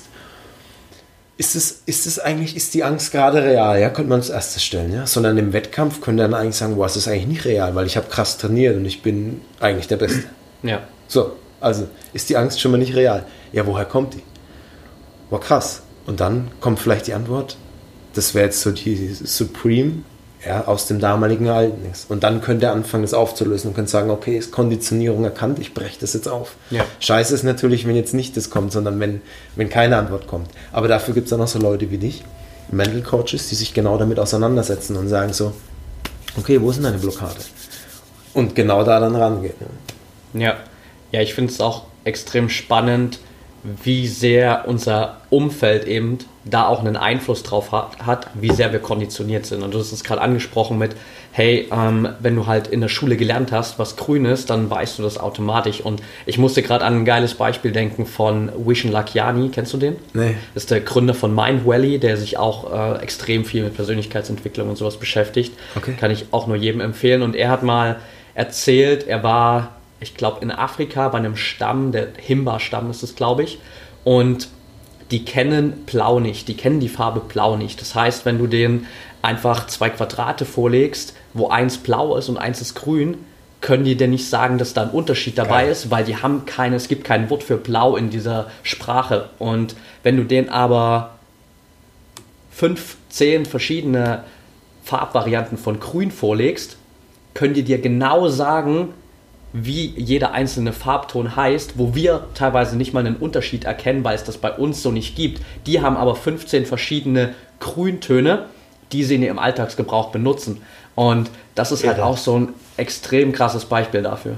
Ist die Angst gerade real? Ja, könnte man als erstes stellen. Ja? Sondern im Wettkampf könnte dann eigentlich sagen, boah, es ist eigentlich nicht real, weil ich habe krass trainiert und ich bin eigentlich der Beste. Ja. So, also ist die Angst schon mal nicht real. Ja, woher kommt die? Boah, krass. Und dann kommt vielleicht die Antwort, das wäre jetzt so die Supreme, ja, aus dem damaligen Ereignis. Und dann könnte er anfangen, das aufzulösen und könnte sagen, okay, ist Konditionierung erkannt, ich breche das jetzt auf. Ja. Scheiße ist natürlich, wenn jetzt nicht das kommt, sondern wenn keine Antwort kommt. Aber dafür gibt es dann auch so Leute wie dich, Mental Coaches, die sich genau damit auseinandersetzen und sagen so, okay, wo ist denn deine Blockade? Und genau da dann rangehen. Ja, ich finde es auch extrem spannend, wie sehr unser Umfeld eben da auch einen Einfluss drauf hat, wie sehr wir konditioniert sind. Und du hast es gerade angesprochen mit, hey, wenn du halt in der Schule gelernt hast, was grün ist, dann weißt du das automatisch. Und ich musste gerade an ein geiles Beispiel denken von Vishen Lakhiani. Kennst du den? Nee. Das ist der Gründer von Mind Valley, der sich auch extrem viel mit Persönlichkeitsentwicklung und sowas beschäftigt. Okay. Kann ich auch nur jedem empfehlen. Und er hat mal erzählt, er war, ich glaube, in Afrika bei einem Stamm, der Himba-Stamm ist es, glaube ich, und die kennen Blau nicht, die kennen die Farbe Blau nicht. Das heißt, wenn du denen einfach 2 Quadrate vorlegst, wo eins blau ist und eins ist grün, können die dir nicht sagen, dass da ein Unterschied dabei ist, weil die haben es gibt kein Wort für Blau in dieser Sprache. Und wenn du denen aber 5, 10 verschiedene Farbvarianten von Grün vorlegst, können die dir genau sagen, wie jeder einzelne Farbton heißt, wo wir teilweise nicht mal einen Unterschied erkennen, weil es das bei uns so nicht gibt. Die haben aber 15 verschiedene Grüntöne, die sie in ihrem Alltagsgebrauch benutzen. Und das ist halt auch so ein extrem krasses Beispiel dafür.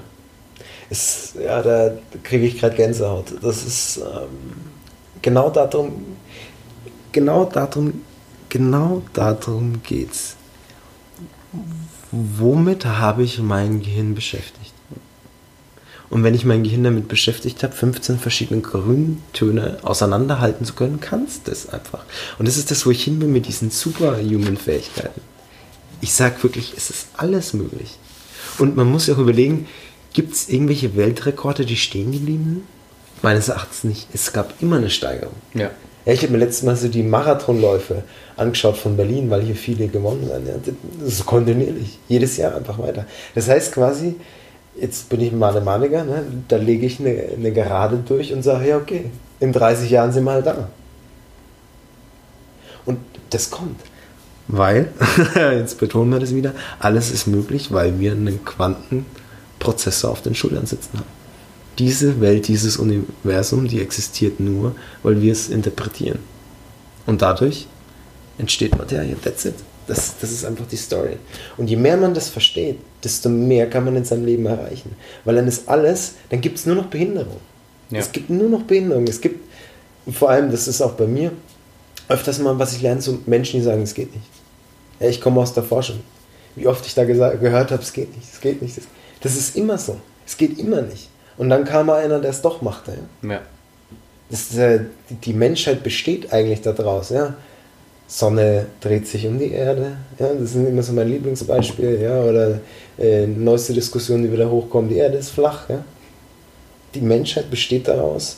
Da kriege ich gerade Gänsehaut. Das ist genau darum geht's. Womit habe ich mein Gehirn beschäftigt? Und wenn ich mein Gehirn damit beschäftigt habe, 15 verschiedene Grüntöne auseinanderhalten zu können, kannst du das einfach. Und das ist das, wo ich hin bin mit diesen Superhuman-Fähigkeiten. Ich sage wirklich, es ist alles möglich. Und man muss ja auch überlegen, gibt es irgendwelche Weltrekorde, die stehen geblieben sind? Meines Erachtens nicht. Es gab immer eine Steigerung. Ja. Ja, ich habe mir letztes Mal so die Marathonläufe angeschaut von Berlin, weil hier viele gewonnen haben. Ja, das ist kontinuierlich. Jedes Jahr einfach weiter. Das heißt quasi, jetzt bin ich ein Mathematiker, ne? Da lege ich eine Gerade durch und sage, ja okay, in 30 Jahren sind wir halt da. Und das kommt. Weil, jetzt betonen wir das wieder, alles ist möglich, weil wir einen Quantenprozessor auf den Schultern sitzen haben. diese Welt, dieses Universum, die existiert nur, weil wir es interpretieren. Und dadurch entsteht Materie. That's it. Das ist einfach die Story. Und je mehr man das versteht, desto mehr kann man in seinem Leben erreichen. Weil dann gibt es nur noch Behinderung. Ja. Es gibt nur noch Behinderung. Es gibt, vor allem, das ist auch bei mir, öfters mal, was ich lerne, so Menschen, die sagen, es geht nicht. Ja, ich komme aus der Forschung. Wie oft ich da gehört habe, es geht nicht, es geht nicht. Das ist immer so. Es geht immer nicht. Und dann kam mal einer, der es doch machte. Ja. Die Menschheit besteht eigentlich daraus, ja. Sonne dreht sich um die Erde, ja, das ist immer so mein Lieblingsbeispiel, ja, oder neueste Diskussion, die wieder hochkommen, die Erde ist flach, ja. Die Menschheit besteht daraus,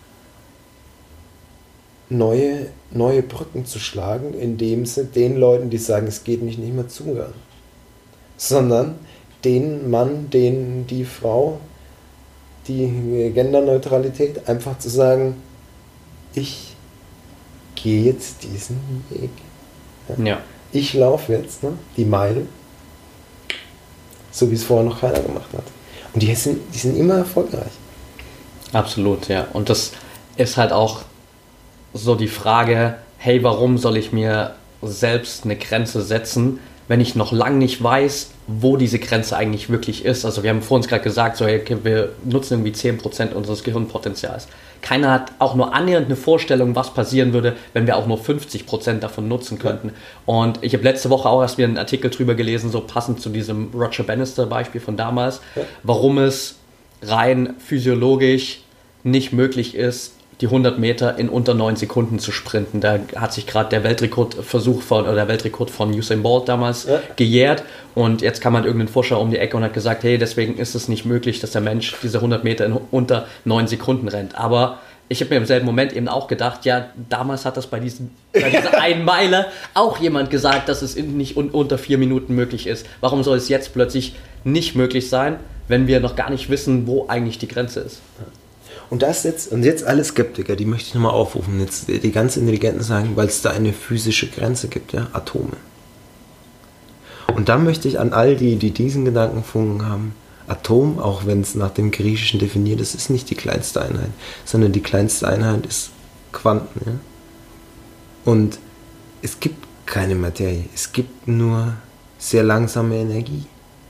neue Brücken zu schlagen, indem sie den Leuten, die sagen, es geht nicht mehr zuhören, sondern den Mann, die Frau, die Genderneutralität, einfach zu sagen, ich gehe jetzt diesen Weg. Ja. Ich laufe jetzt die Meile, so wie es vorher noch keiner gemacht hat. Und die sind immer erfolgreich. Absolut, ja. Und das ist halt auch so die Frage, hey, warum soll ich mir selbst eine Grenze setzen, wenn ich noch lange nicht weiß, wo diese Grenze eigentlich wirklich ist. Also wir haben vor uns gerade gesagt, so, okay, wir nutzen irgendwie 10% unseres Gehirnpotenzials. Keiner hat auch nur annähernd eine Vorstellung, was passieren würde, wenn wir auch nur 50% davon nutzen könnten. Ja. Und ich habe letzte Woche auch erst wieder einen Artikel drüber gelesen, so passend zu diesem Roger Bannister-Beispiel von damals, warum es rein physiologisch nicht möglich ist, die 100 Meter in unter 9 Sekunden zu sprinten. Da hat sich gerade der Weltrekord von Usain Bolt damals gejährt und jetzt kam halt irgendein Forscher um die Ecke und hat gesagt, hey, deswegen ist es nicht möglich, dass der Mensch diese 100 Meter in unter 9 Sekunden rennt. Aber ich habe mir im selben Moment eben auch gedacht, ja, damals hat das bei dieser einen Meile auch jemand gesagt, dass es nicht unter 4 Minuten möglich ist. Warum soll es jetzt plötzlich nicht möglich sein, wenn wir noch gar nicht wissen, wo eigentlich die Grenze ist? Und jetzt alle Skeptiker, die möchte ich nochmal aufrufen, jetzt die ganz Intelligenten sagen, weil es da eine physische Grenze gibt, ja, Atome. Und da möchte ich an all die diesen Gedankenfunken haben, Atom, auch wenn es nach dem Griechischen definiert ist, ist nicht die kleinste Einheit, sondern die kleinste Einheit ist Quanten, ja. Und es gibt keine Materie, es gibt nur sehr langsame Energie.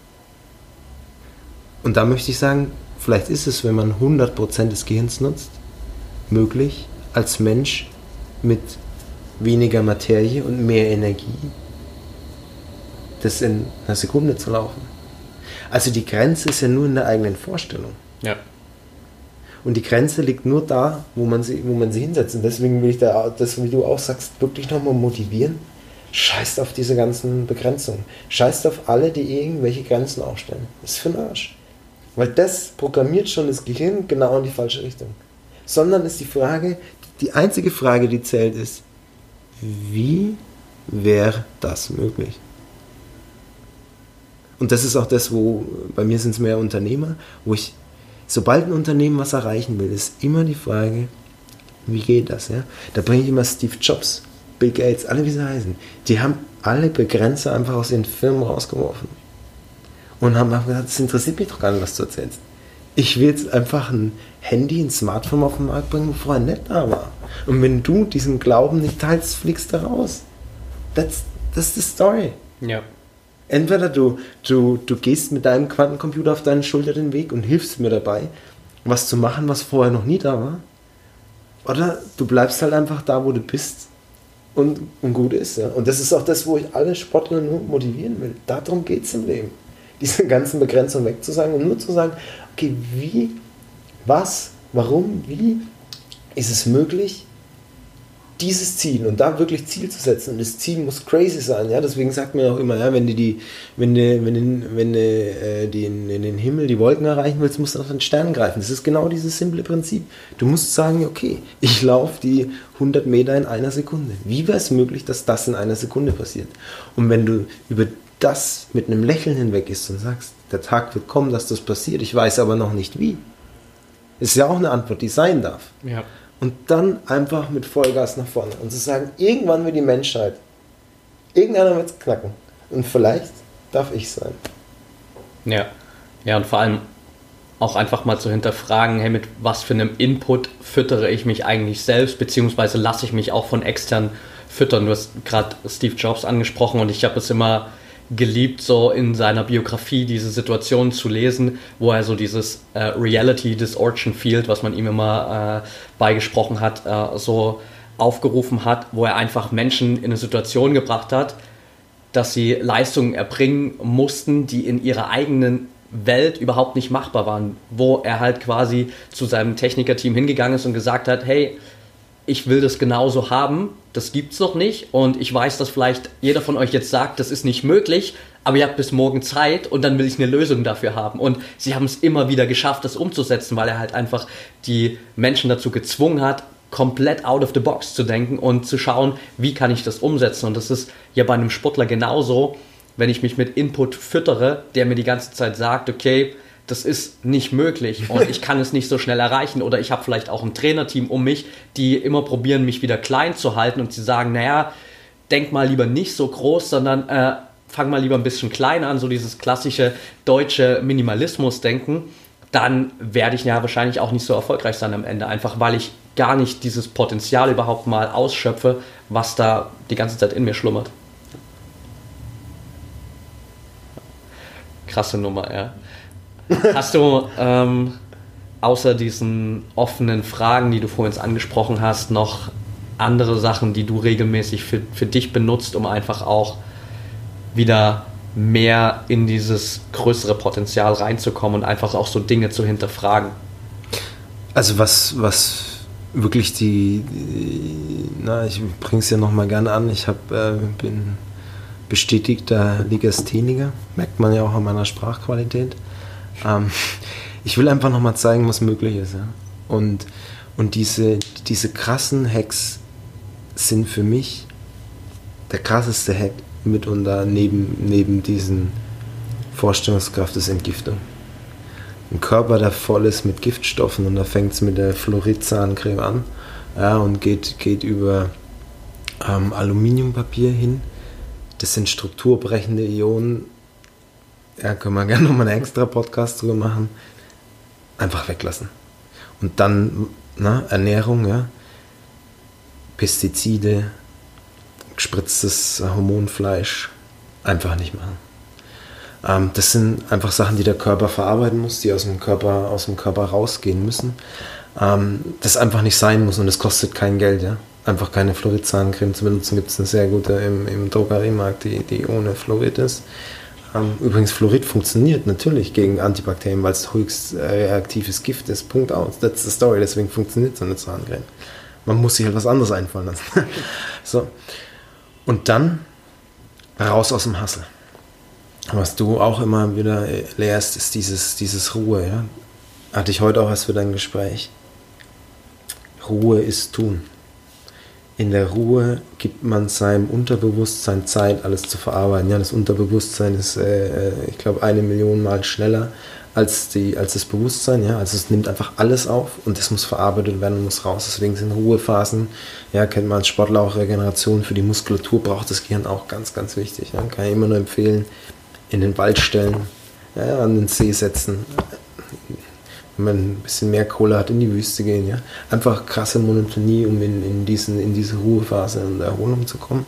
Und da möchte ich sagen, vielleicht ist es, wenn man 100% des Gehirns nutzt, möglich, als Mensch mit weniger Materie und mehr Energie das in einer Sekunde zu laufen. Also die Grenze ist ja nur in der eigenen Vorstellung. Ja. Und die Grenze liegt nur da, wo man sie hinsetzt. Und deswegen will ich das, wie du auch sagst, wirklich nochmal motivieren. Scheißt auf diese ganzen Begrenzungen. Scheißt auf alle, die irgendwelche Grenzen aufstellen. Das ist für den Arsch. Weil das programmiert schon das Gehirn genau in die falsche Richtung. Sondern ist die einzige Frage, die zählt, ist, wie wäre das möglich? Und das ist auch das, wo, bei mir sind es mehr Unternehmer, wo ich, sobald ein Unternehmen was erreichen will, ist immer die Frage, wie geht das? Ja? Da bringe ich immer Steve Jobs, Bill Gates, alle wie sie heißen. Die haben alle Begrenzer einfach aus ihren Firmen rausgeworfen. Und haben einfach gesagt, das interessiert mich doch gar nicht, was du erzählst. Ich will jetzt einfach ein Handy, ein Smartphone auf den Markt bringen, wo vorher nicht da war. Und wenn du diesen Glauben nicht teilst, fliegst du raus. Das ist die Story. Ja. Entweder du gehst mit deinem Quantencomputer auf deinen Schulter den Weg und hilfst mir dabei, was zu machen, was vorher noch nie da war. Oder du bleibst halt einfach da, wo du bist und gut ist. Ja? Und das ist auch das, wo ich alle Sportler nur motivieren will. Darum geht es im Leben. Diese ganzen Begrenzungen wegzusagen und nur zu sagen, okay, wie, was, warum, wie ist es möglich, dieses Ziel und da wirklich Ziel zu setzen. Und das Ziel muss crazy sein. Ja? Deswegen sagt man auch immer, ja, wenn du in den Himmel die Wolken erreichen willst, musst du auf den Stern greifen. Das ist genau dieses simple Prinzip. Du musst sagen, okay, ich laufe die 100 Meter in einer Sekunde. Wie wäre es möglich, dass das in einer Sekunde passiert? Und wenn du über das mit einem Lächeln hinweg ist und sagst, der Tag wird kommen, dass das passiert, ich weiß aber noch nicht wie. Ist ja auch eine Antwort, die sein darf. Ja. Und dann einfach mit Vollgas nach vorne und zu sagen, irgendwann wird die Menschheit, irgendeiner wird es knacken und vielleicht darf ich sein. Ja, ja, und vor allem auch einfach mal zu hinterfragen, hey, mit was für einem Input füttere ich mich eigentlich selbst, beziehungsweise lasse ich mich auch von extern füttern. Du hast gerade Steve Jobs angesprochen und ich habe es immer geliebt, so in seiner Biografie diese Situation zu lesen, wo er so dieses Reality Distortion Field, was man ihm immer beigesprochen hat, so aufgerufen hat, wo er einfach Menschen in eine Situation gebracht hat, dass sie Leistungen erbringen mussten, die in ihrer eigenen Welt überhaupt nicht machbar waren, wo er halt quasi zu seinem Technikerteam hingegangen ist und gesagt hat, hey, ich will das genauso haben, das gibt's noch nicht und ich weiß, dass vielleicht jeder von euch jetzt sagt, das ist nicht möglich, aber ihr habt bis morgen Zeit und dann will ich eine Lösung dafür haben. Und sie haben es immer wieder geschafft, das umzusetzen, weil er halt einfach die Menschen dazu gezwungen hat, komplett out of the box zu denken und zu schauen, wie kann ich das umsetzen. Und das ist ja bei einem Sportler genauso, wenn ich mich mit Input füttere, der mir die ganze Zeit sagt, okay, das ist nicht möglich und ich kann es nicht so schnell erreichen oder ich habe vielleicht auch ein Trainerteam um mich, die immer probieren, mich wieder klein zu halten und sie sagen, naja, denk mal lieber nicht so groß, sondern fang mal lieber ein bisschen klein an, so dieses klassische deutsche Minimalismus-Denken, dann werde ich ja wahrscheinlich auch nicht so erfolgreich sein am Ende, einfach weil ich gar nicht dieses Potenzial überhaupt mal ausschöpfe, was da die ganze Zeit in mir schlummert. Krasse Nummer, ja. Hast du außer diesen offenen Fragen, die du vorhin angesprochen hast, noch andere Sachen, die du regelmäßig für dich benutzt, um einfach auch wieder mehr in dieses größere Potenzial reinzukommen und einfach auch so Dinge zu hinterfragen? Also was wirklich ich bringe es ja nochmal gerne an, ich bin bestätigter Legastheniker, merkt man ja auch an meiner Sprachqualität. Ich will einfach nochmal zeigen, was möglich ist. Ja? Und diese krassen Hacks sind für mich der krasseste Hack mitunter neben diesen Vorstellungskraft ist Entgiftung. Ein Körper, der voll ist mit Giftstoffen und da fängt es mit der Fluoridzahncreme an, ja, und geht über Aluminiumpapier hin. Das sind strukturbrechende Ionen. Ja, können wir gerne nochmal einen extra Podcast drüber machen. Einfach weglassen. Und dann Ernährung, ja. Pestizide, gespritztes Hormonfleisch, einfach nicht machen. Das sind einfach Sachen, die der Körper verarbeiten muss, die aus dem Körper rausgehen müssen. Das einfach nicht sein muss und das kostet kein Geld, ja. Einfach keine Fluoridzahncreme zu benutzen, gibt es eine sehr gute im Drogeriemarkt, die ohne Fluorid ist. Übrigens, Fluorid funktioniert natürlich gegen Antibakterien, weil es höchst reaktives Gift ist. Punkt aus. That's the story. Deswegen funktioniert so eine Zahncreme. Man muss sich halt was anderes einfallen lassen. So. Und dann raus aus dem Hassel. Was du auch immer wieder lehrst, ist dieses Ruhe. Ja? Hatte ich heute auch erst wieder ein Gespräch. Ruhe ist tun. In der Ruhe gibt man seinem Unterbewusstsein Zeit, alles zu verarbeiten. Ja, das Unterbewusstsein ist, ich glaube, 1 Million Mal schneller als das Bewusstsein. Ja? Also es nimmt einfach alles auf und das muss verarbeitet werden und muss raus. Deswegen sind Ruhephasen, ja, kennt man als Sportler auch, Regeneration für die Muskulatur braucht das Gehirn auch ganz, ganz wichtig. Ja? Kann ich immer nur empfehlen, in den Wald stellen, ja, an den See setzen. Wenn man ein bisschen mehr Kohle hat, in die Wüste gehen, ja. Einfach krasse Monotonie, um in diese Ruhephase und Erholung zu kommen.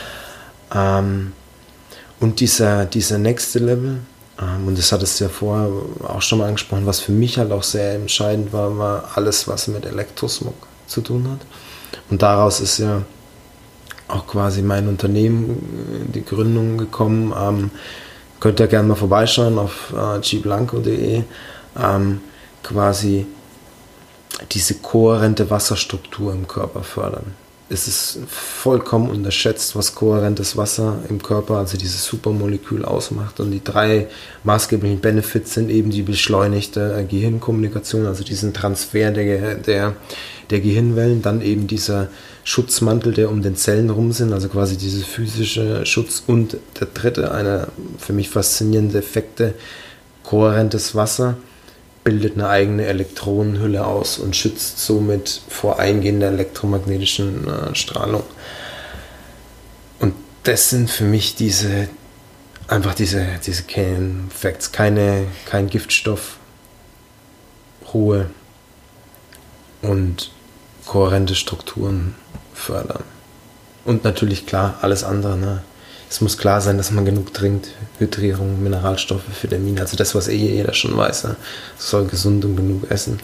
Und dieser nächste Level, und das hattest du ja vorher auch schon mal angesprochen, was für mich halt auch sehr entscheidend war alles, was mit Elektrosmog zu tun hat. Und daraus ist ja auch quasi mein Unternehmen, die Gründung gekommen. Könnt ihr gerne mal vorbeischauen auf gblanco.de. Quasi diese kohärente Wasserstruktur im Körper fördern. Es ist vollkommen unterschätzt, was kohärentes Wasser im Körper, also dieses Supermolekül ausmacht. Und die 3 maßgeblichen Benefits sind eben die beschleunigte Gehirnkommunikation, also diesen Transfer der Gehirnwellen, dann eben dieser Schutzmantel, der um den Zellen rum sind, also quasi diese physische Schutz, und der dritte, einer für mich faszinierende Effekte, kohärentes Wasser bildet eine eigene Elektronenhülle aus und schützt somit vor eingehender elektromagnetischen Strahlung. Und das sind für mich diese Kern-Facts, kein Giftstoff, Ruhe und kohärente Strukturen fördern. Und natürlich klar, alles andere. Ne? Es muss klar sein, dass man genug trinkt, Hydrierung, Mineralstoffe, Vitamine, also das, was jeder schon weiß. Ne? Soll gesund und genug essen.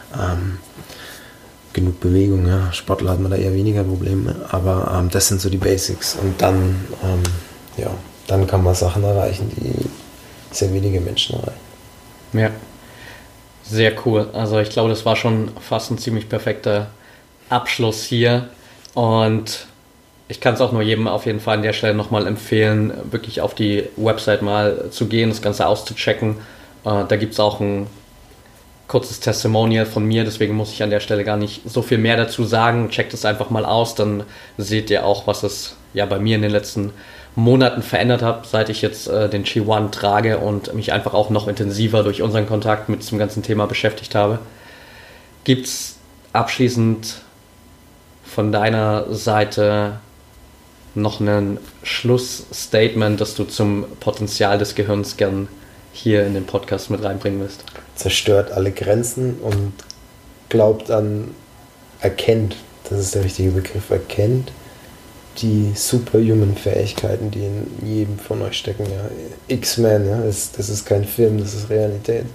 Genug Bewegung, ja. Sportler hat man da eher weniger Probleme, aber das sind so die Basics. Und dann, dann kann man Sachen erreichen, die sehr wenige Menschen erreichen. Ja, sehr cool. Also ich glaube, das war schon fast ein ziemlich perfekter Abschluss hier. Und ich kann es auch nur jedem auf jeden Fall an der Stelle nochmal empfehlen, wirklich auf die Website mal zu gehen, das Ganze auszuchecken. Da gibt es auch ein kurzes Testimonial von mir, deswegen muss ich an der Stelle gar nicht so viel mehr dazu sagen. Checkt es einfach mal aus, dann seht ihr auch, was es ja bei mir in den letzten Monaten verändert hat, seit ich jetzt den G1 trage und mich einfach auch noch intensiver durch unseren Kontakt mit dem ganzen Thema beschäftigt habe. Gibt es abschließend von deiner Seite noch ein Schlussstatement, das du zum Potenzial des Gehirns gern hier in den Podcast mit reinbringen willst? Zerstört alle Grenzen und glaubt an, erkennt, das ist der richtige Begriff, erkennt die Superhuman-Fähigkeiten, die in jedem von euch stecken. Ja. X-Men, ja, das ist kein Film, das ist Realität.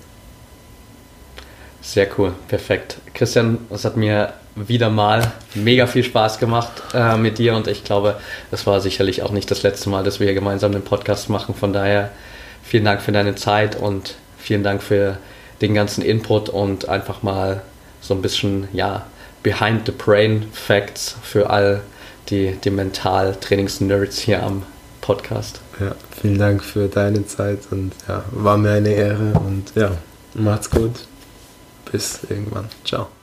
Sehr cool, perfekt. Christian, es hat mir wieder mal mega viel Spaß gemacht mit dir und ich glaube, das war sicherlich auch nicht das letzte Mal, dass wir hier gemeinsam den Podcast machen. Von daher vielen Dank für deine Zeit und vielen Dank für den ganzen Input und einfach mal so ein bisschen, behind the brain Facts für all die Mental-Trainings-Nerds hier am Podcast. Ja, vielen Dank für deine Zeit und war mir eine Ehre und macht's gut. Bis irgendwann. Ciao.